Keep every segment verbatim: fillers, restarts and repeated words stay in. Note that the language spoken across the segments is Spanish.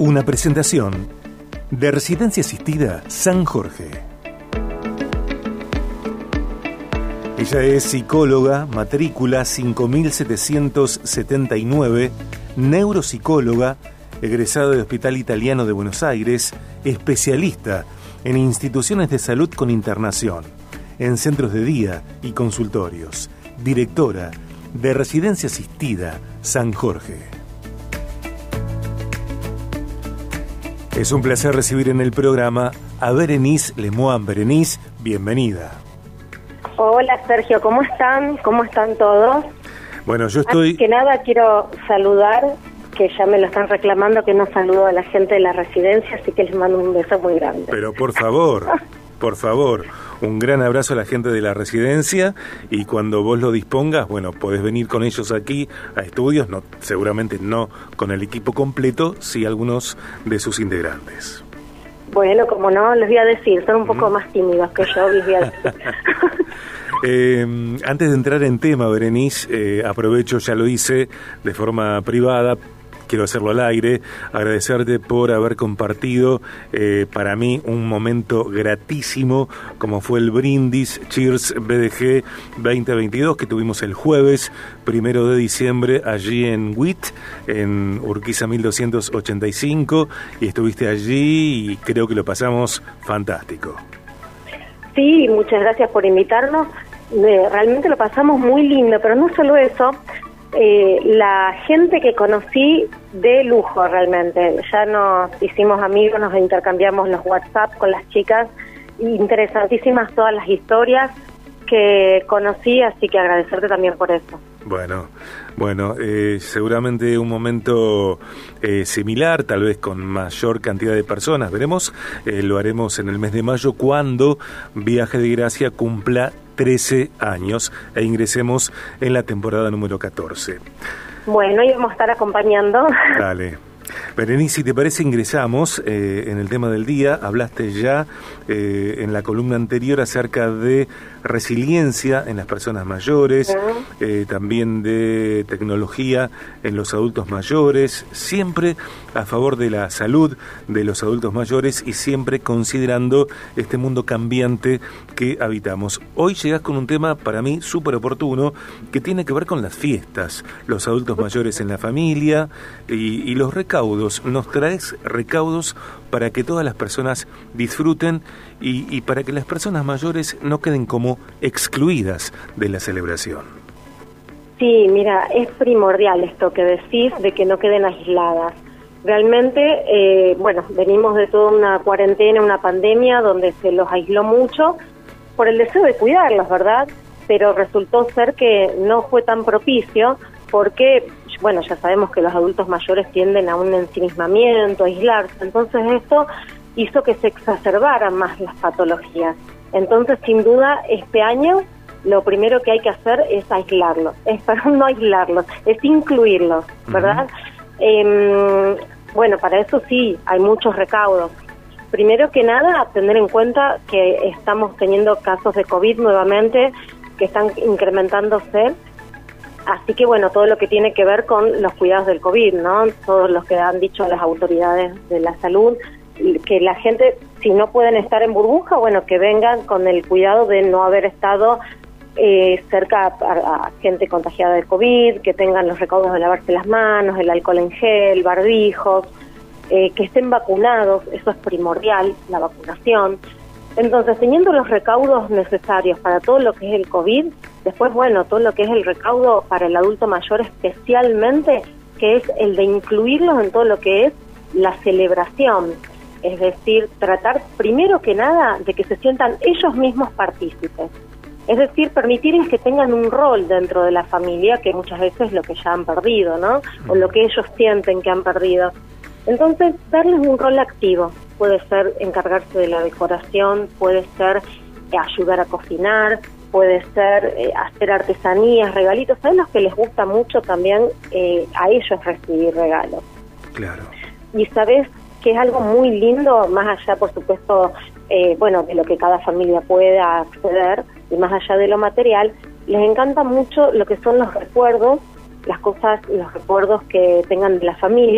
Una presentación de Residencia Asistida San Jorge. Ella es psicóloga, matrícula cinco mil setecientos setenta y nueve, neuropsicóloga, egresada del Hospital Italiano de Buenos Aires, especialista en instituciones de salud con internación, en centros de día y consultorios, directora de Residencia Asistida San Jorge. Es un placer recibir en el programa a Berenice Lemoine. Berenice, bienvenida. Hola Sergio, ¿cómo están? ¿Cómo están todos? Bueno, yo estoy... Antes que nada quiero saludar, que ya me lo están reclamando, que no saludo a la gente de la residencia, así que les mando un beso muy grande. Pero por favor, por favor, un gran abrazo a la gente de la residencia, y cuando vos lo dispongas, bueno, podés venir con ellos aquí a estudios, no, seguramente no con el equipo completo, sí algunos de sus integrantes. Bueno, como no, les voy a decir, son un poco mm. más tímidos que yo, les voy a decir. eh, antes de entrar en tema, Berenice, eh, aprovecho, ya lo hice de forma privada, quiero hacerlo al aire, agradecerte por haber compartido eh, para mí un momento gratísimo como fue el brindis Cheers B D G veinte veintidós que tuvimos el jueves primero de diciembre allí en W I T, en Urquiza mil doscientos ochenta y cinco, y estuviste allí y creo que lo pasamos fantástico. Sí, muchas gracias por invitarnos, eh, realmente lo pasamos muy lindo, pero no solo eso. Eh, la gente que conocí de lujo realmente, ya nos hicimos amigos, nos intercambiamos los WhatsApp con las chicas, interesantísimas todas las historias que conocí, así que agradecerte también por eso. Bueno, bueno, eh, seguramente un momento eh, similar, tal vez con mayor cantidad de personas, veremos, eh, lo haremos en el mes de mayo cuando Viaje de Gracia cumpla trece años e ingresemos en la temporada número catorce. Bueno, y vamos a estar acompañando. Dale. Berenice, si te parece, ingresamos eh, en el tema del día. Hablaste ya eh, en la columna anterior acerca de resiliencia en las personas mayores, eh, también de tecnología en los adultos mayores, siempre a favor de la salud de los adultos mayores y siempre considerando este mundo cambiante que habitamos. Hoy llegás con un tema para mí súper oportuno que tiene que ver con las fiestas, los adultos mayores en la familia y, y los recaudos. Nos traes recaudos para que todas las personas disfruten y, y para que las personas mayores no queden como excluidas de la celebración. Sí, mira, es primordial esto que decís de que no queden aisladas. Realmente, eh, bueno, venimos de toda una cuarentena, una pandemia donde se los aisló mucho por el deseo de cuidarlos, ¿verdad? Pero resultó ser que no fue tan propicio porque, bueno, ya sabemos que los adultos mayores tienden a un ensimismamiento, a aislarse, entonces esto hizo que se exacerbaran más las patologías. Entonces, sin duda, este año lo primero que hay que hacer es aislarlos, es para no aislarlos, es incluirlos, ¿verdad? Uh-huh. Eh, bueno, para eso sí, hay muchos recaudos. Primero que nada, tener en cuenta que estamos teniendo casos de COVID nuevamente que están incrementándose. Así que, bueno, todo lo que tiene que ver con los cuidados del COVID, ¿no? Todos los que han dicho las autoridades de la salud, que la gente, si no pueden estar en burbuja, bueno, que vengan con el cuidado de no haber estado eh, cerca a, a gente contagiada de COVID, que tengan los recaudos de lavarse las manos, el alcohol en gel, barbijos, eh, que estén vacunados, eso es primordial, la vacunación. Entonces, teniendo los recaudos necesarios para todo lo que es el COVID, después, bueno, todo lo que es el recaudo para el adulto mayor especialmente, que es el de incluirlos en todo lo que es la celebración. Es decir, tratar primero que nada de que se sientan ellos mismos partícipes. Es decir, permitirles que tengan un rol dentro de la familia, que muchas veces es lo que ya han perdido, ¿no? O lo que ellos sienten que han perdido. Entonces, darles un rol activo. Puede ser encargarse de la decoración, puede ser eh, ayudar a cocinar, puede ser eh, hacer artesanías, regalitos. ¿Saben los que les gusta mucho también eh, a ellos recibir regalos? Claro. Y sabes que es algo muy lindo, más allá, por supuesto, eh, bueno, de lo que cada familia pueda acceder, y más allá de lo material, les encanta mucho lo que son los recuerdos, las cosas, los recuerdos que tengan de la familia,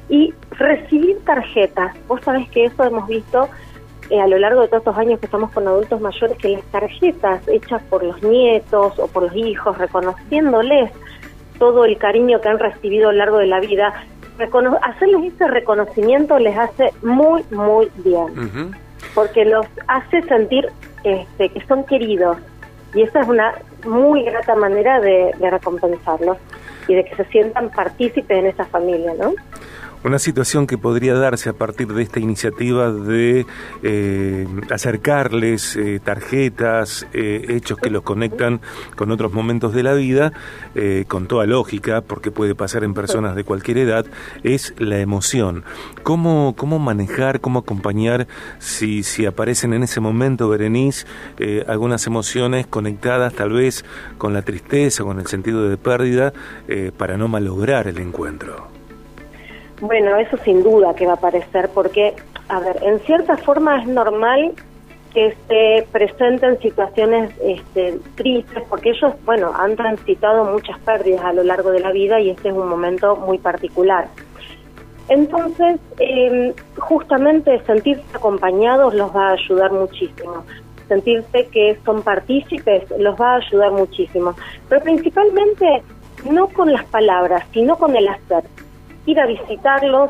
Y recibir tarjetas. Vos sabés que eso hemos visto eh, a lo largo de todos estos años que estamos con adultos mayores, que las tarjetas hechas por los nietos o por los hijos, reconociéndoles todo el cariño que han recibido a lo largo de la vida, recono- hacerles ese reconocimiento les hace muy, muy bien. Uh-huh. Porque los hace sentir este, que son queridos. Y esa es una muy grata manera de, de recompensarlos y de que se sientan partícipes en esa familia, ¿no? Una situación que podría darse a partir de esta iniciativa de eh, acercarles eh, tarjetas, eh, hechos que los conectan con otros momentos de la vida, eh, con toda lógica, porque puede pasar en personas de cualquier edad, es la emoción. ¿Cómo, cómo manejar, cómo acompañar si, si aparecen en ese momento, Berenice, eh, algunas emociones conectadas tal vez con la tristeza, con el sentido de pérdida, eh, para no malograr el encuentro? Bueno, eso sin duda que va a aparecer, porque, a ver, en cierta forma es normal que se presenten situaciones este, tristes, porque ellos, bueno, han transitado muchas pérdidas a lo largo de la vida y este es un momento muy particular. Entonces, eh, justamente sentirse acompañados los va a ayudar muchísimo. Sentirse que son partícipes los va a ayudar muchísimo. Pero principalmente no con las palabras, sino con el hacer. Ir a visitarlos,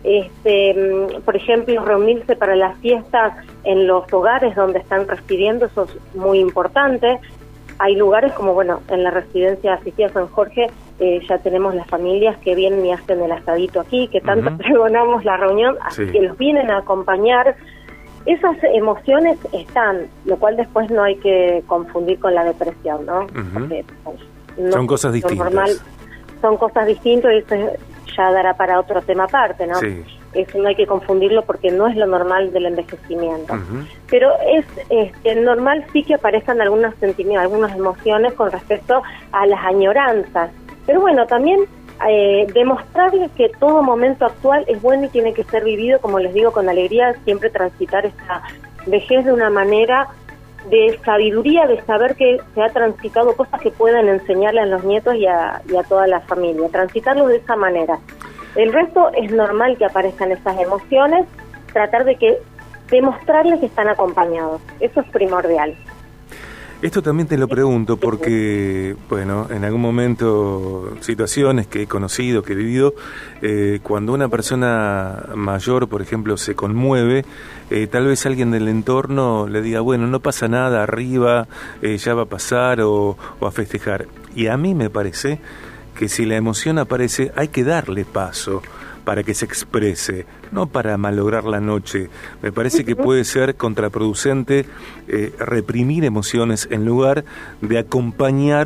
este, por ejemplo, reunirse para las fiestas en los hogares donde están residiendo, eso es muy importante. Hay lugares como, bueno, en la residencia asistida San Jorge, eh, ya tenemos las familias que vienen y hacen el asadito aquí, que tanto uh-huh. pregonamos la reunión, así sí. que los vienen a acompañar. Esas emociones están, lo cual después no hay que confundir con la depresión, ¿no? Uh-huh. Porque, pues, no son cosas distintas. Normal, son cosas distintas y eso es, ya dará para otro tema aparte, ¿no? Sí. Eso no hay que confundirlo porque no es lo normal del envejecimiento. Uh-huh. Pero es este, normal sí que aparezcan algunos sentimientos, algunas emociones con respecto a las añoranzas. Pero bueno, también eh, demostrarles que todo momento actual es bueno y tiene que ser vivido, como les digo, con alegría, siempre transitar esta vejez de una manera de sabiduría, de saber que se ha transitado cosas que puedan enseñarle a los nietos y a, y a toda la familia, transitarlo de esa manera. El resto es normal que aparezcan esas emociones, tratar de que demostrarles que están acompañados, eso es primordial. Esto también te lo pregunto porque, bueno, en algún momento, situaciones que he conocido, que he vivido, eh, cuando una persona mayor, por ejemplo, se conmueve, eh, tal vez alguien del entorno le diga, bueno, no pasa nada, arriba, eh, ya va a pasar o, o a festejar. Y a mí me parece que si la emoción aparece, hay que darle paso para que se exprese, no para malograr la noche. Me parece que puede ser contraproducente eh, reprimir emociones en lugar de acompañar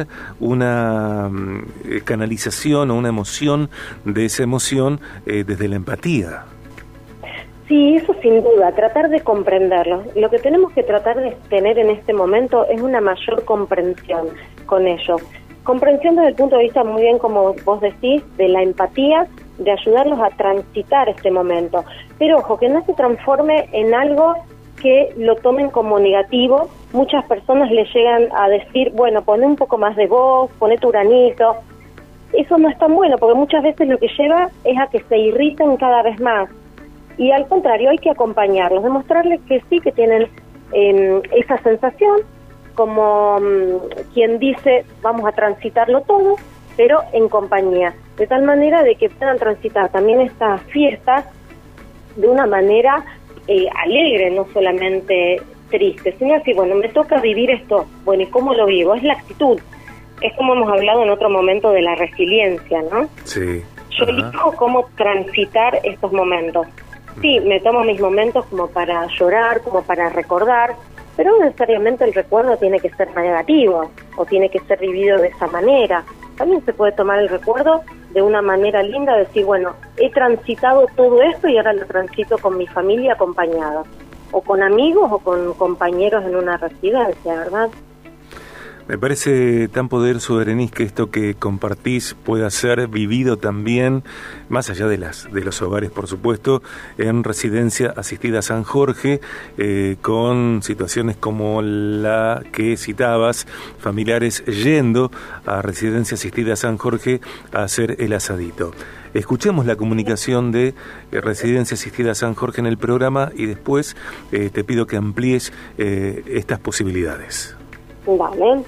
una eh, canalización o una emoción de esa emoción eh, desde la empatía. Sí, eso sin duda, tratar de comprenderlo. Lo que tenemos que tratar de tener en este momento es una mayor comprensión con ellos. Comprensión desde el punto de vista, muy bien como vos decís, de la empatía, de ayudarlos a transitar este momento. Pero ojo, que no se transforme en algo que lo tomen como negativo. Muchas personas le llegan a decir, bueno, poné un poco más de voz, poné tu granito. Eso no es tan bueno, porque muchas veces lo que lleva es a que se irriten cada vez más. Y al contrario, hay que acompañarlos, demostrarles que sí, que tienen eh, esa sensación, como um, quien dice, vamos a transitarlo todo, pero en compañía, de tal manera de que puedan transitar también estas fiestas de una manera eh, alegre, no solamente triste, sino así, bueno, me toca vivir esto, bueno, ¿y cómo lo vivo? Es la actitud, es como hemos hablado en otro momento de la resiliencia, ¿no? Sí. Yo elijo cómo transitar estos momentos. Sí, me tomo mis momentos como para llorar, como para recordar, pero no necesariamente el recuerdo tiene que ser negativo o tiene que ser vivido de esa manera. También se puede tomar el recuerdo de una manera linda, decir, bueno, he transitado todo esto y ahora lo transito con mi familia acompañada, o con amigos o con compañeros en una residencia, ¿verdad? Me parece tan poderoso, Berenice, que esto que compartís pueda ser vivido también, más allá de las de los hogares, por supuesto, en residencia asistida San Jorge, eh, con situaciones como la que citabas, familiares yendo a residencia asistida San Jorge a hacer el asadito. Escuchemos la comunicación de eh, Residencia Asistida San Jorge en el programa y después eh, te pido que amplíes eh, estas posibilidades. Vale.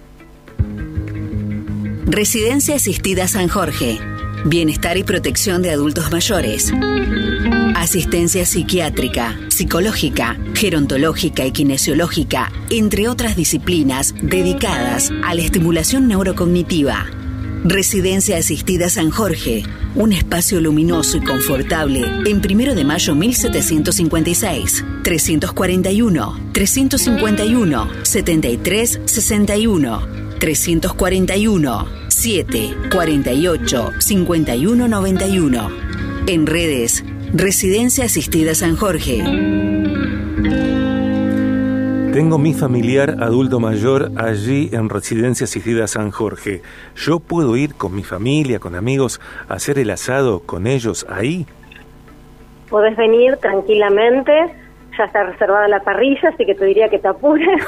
Residencia Asistida San Jorge. Bienestar y protección de adultos mayores. Asistencia psiquiátrica, psicológica, gerontológica y kinesiológica, entre otras disciplinas dedicadas a la estimulación neurocognitiva. Residencia Asistida San Jorge, un espacio luminoso y confortable en Primero de Mayo mil setecientos cincuenta y seis, trescientos cuarenta y uno, trescientos cincuenta y uno, setenta y tres sesenta y uno, trescientos cuarenta y uno, siete cuarenta y ocho, cincuenta y uno noventa y uno. En redes, Residencia Asistida San Jorge. Tengo mi familiar adulto mayor allí en Residencia Asistida San Jorge. ¿Yo puedo ir con mi familia, con amigos, a hacer el asado con ellos ahí? Podés venir tranquilamente, ya está reservada la parrilla, así que te diría que te apures.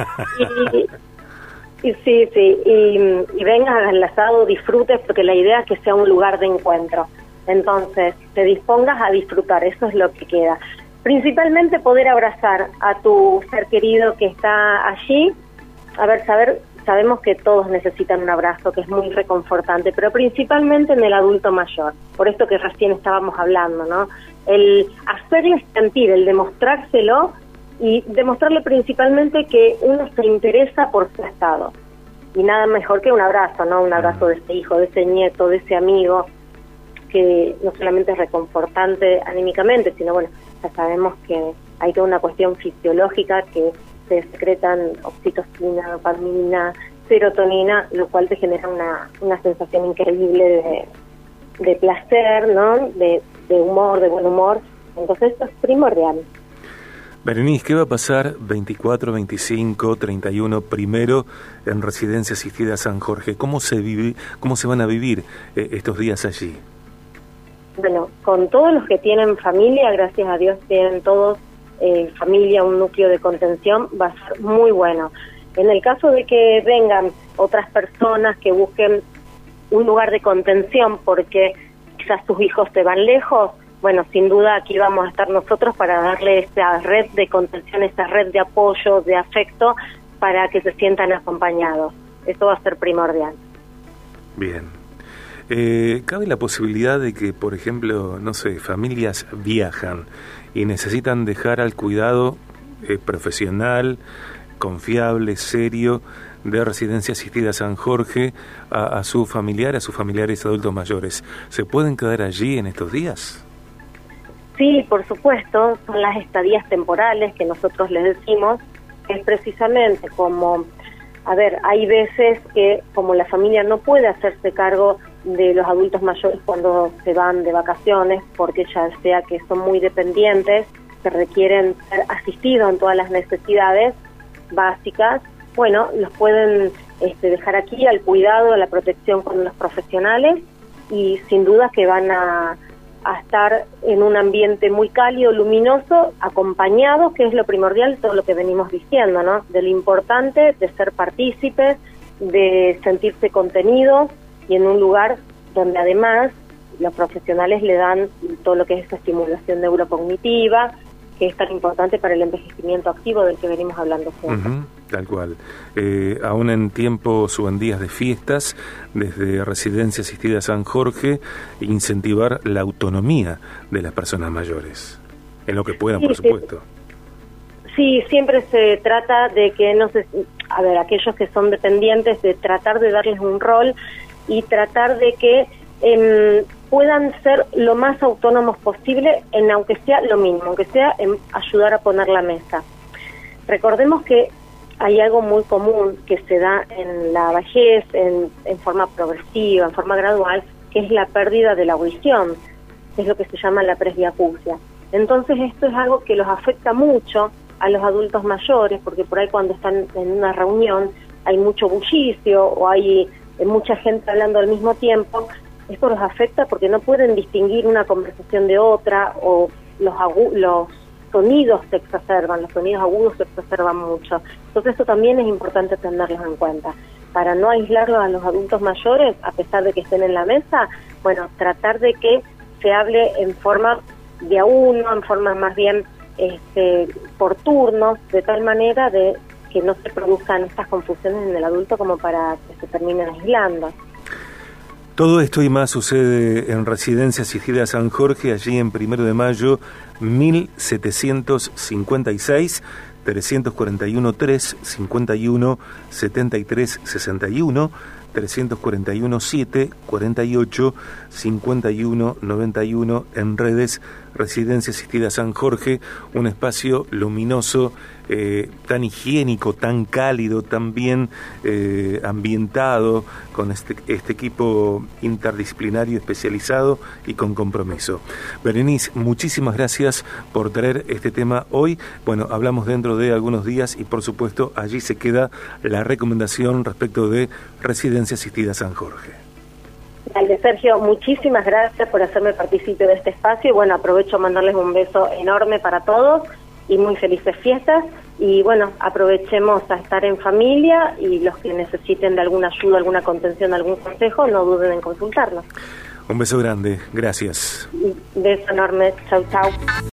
y, y sí, sí, y, y vengas al asado, disfrutes, porque la idea es que sea un lugar de encuentro. Entonces, te dispongas a disfrutar, eso es lo que queda. Principalmente poder abrazar a tu ser querido que está allí. A ver, saber, sabemos que todos necesitan un abrazo, que es muy reconfortante, pero principalmente en el adulto mayor, por esto que recién estábamos hablando, ¿no? El hacerle sentir, el demostrárselo y demostrarle principalmente que uno se interesa por su estado. Y nada mejor que un abrazo, ¿no? Un abrazo de ese hijo, de ese nieto, de ese amigo, que no solamente es reconfortante anímicamente, sino bueno, ya sabemos que hay toda una cuestión fisiológica que se secretan oxitocina, dopamina, serotonina, lo cual te genera una, una sensación increíble de, de placer, ¿no? De, de humor, de buen humor. Entonces esto es primordial. Berenice, ¿qué va a pasar veinticuatro, veinticinco, treinta y uno primero en Residencia Asistida San Jorge? ¿Cómo se vive, cómo se van a vivir eh, estos días allí? Bueno, con todos los que tienen familia, gracias a Dios tienen todos eh, familia, un núcleo de contención, va a ser muy bueno. En el caso de que vengan otras personas que busquen un lugar de contención porque quizás sus hijos se van lejos, bueno, sin duda aquí vamos a estar nosotros para darle esa red de contención, esa red de apoyo, de afecto, para que se sientan acompañados. Eso va a ser primordial. Bien. Eh, ¿Cabe la posibilidad de que, por ejemplo, no sé, familias viajan y necesitan dejar al cuidado eh, profesional, confiable, serio, de Residencia Asistida San Jorge a, a su familiar, a sus familiares adultos mayores? ¿Se pueden quedar allí en estos días? Sí, por supuesto, son las estadías temporales que nosotros les decimos, es precisamente como, a ver, hay veces que como la familia no puede hacerse cargo de los adultos mayores cuando se van de vacaciones, porque ya sea que son muy dependientes, que requieren ser asistidos en todas las necesidades básicas, bueno, los pueden este, dejar aquí al cuidado, a la protección con los profesionales y sin duda que van a, a estar en un ambiente muy cálido, luminoso, acompañados, que es lo primordial, todo lo que venimos diciendo, ¿no? De lo importante de ser partícipes, de sentirse contenidos, y en un lugar donde además los profesionales le dan todo lo que es esa estimulación neurocognitiva, que es tan importante para el envejecimiento activo del que venimos hablando siempre. Uh-huh, tal cual. Eh, aún en tiempos o en días de fiestas, desde Residencia Asistida San Jorge, incentivar la autonomía de las personas mayores, en lo que puedan, sí, por supuesto. Sí, siempre se trata de que, no se, a ver, aquellos que son dependientes, de tratar de darles un rol y tratar de que eh, puedan ser lo más autónomos posible, en aunque sea lo mínimo, aunque sea en ayudar a poner la mesa. Recordemos que hay algo muy común que se da en la vejez, en, en forma progresiva, en forma gradual, que es la pérdida de la audición, que es lo que se llama la presbiacusia. Entonces esto es algo que los afecta mucho a los adultos mayores, porque por ahí cuando están en una reunión hay mucho bullicio o hay mucha gente hablando al mismo tiempo. Esto los afecta porque no pueden distinguir una conversación de otra, o los, agu- los sonidos se exacerban, los sonidos agudos se exacerban mucho. Entonces eso también es importante tenerlos en cuenta. Para no aislarlos a los adultos mayores, a pesar de que estén en la mesa, bueno, tratar de que se hable en forma de a uno, en forma más bien este, por turnos, de tal manera de que no se produzcan estas confusiones en el adulto como para que se terminen aislando. Todo esto y más sucede en Residencia Asistida San Jorge, allí en Primero de Mayo, mil setecientos cincuenta y seis, trescientos cuarenta y uno tres, cincuenta y uno, setenta y tres, sesenta y uno, trescientos cuarenta y uno siete, cuarenta y ocho, cincuenta y uno, noventa y uno, en redes Residencia Asistida San Jorge, un espacio luminoso, eh, tan higiénico, tan cálido, tan bien eh, ambientado, con este, este equipo interdisciplinario especializado y con compromiso. Berenice, muchísimas gracias por traer este tema hoy. Bueno, hablamos dentro de algunos días y por supuesto allí se queda la recomendación respecto de Residencia Asistida San Jorge. Dale, Sergio, muchísimas gracias por hacerme partícipe de este espacio y bueno, aprovecho a mandarles un beso enorme para todos y muy felices fiestas y bueno, aprovechemos a estar en familia y los que necesiten de alguna ayuda, alguna contención, algún consejo, no duden en consultarnos. Un beso grande, gracias. Un beso enorme, chau chau.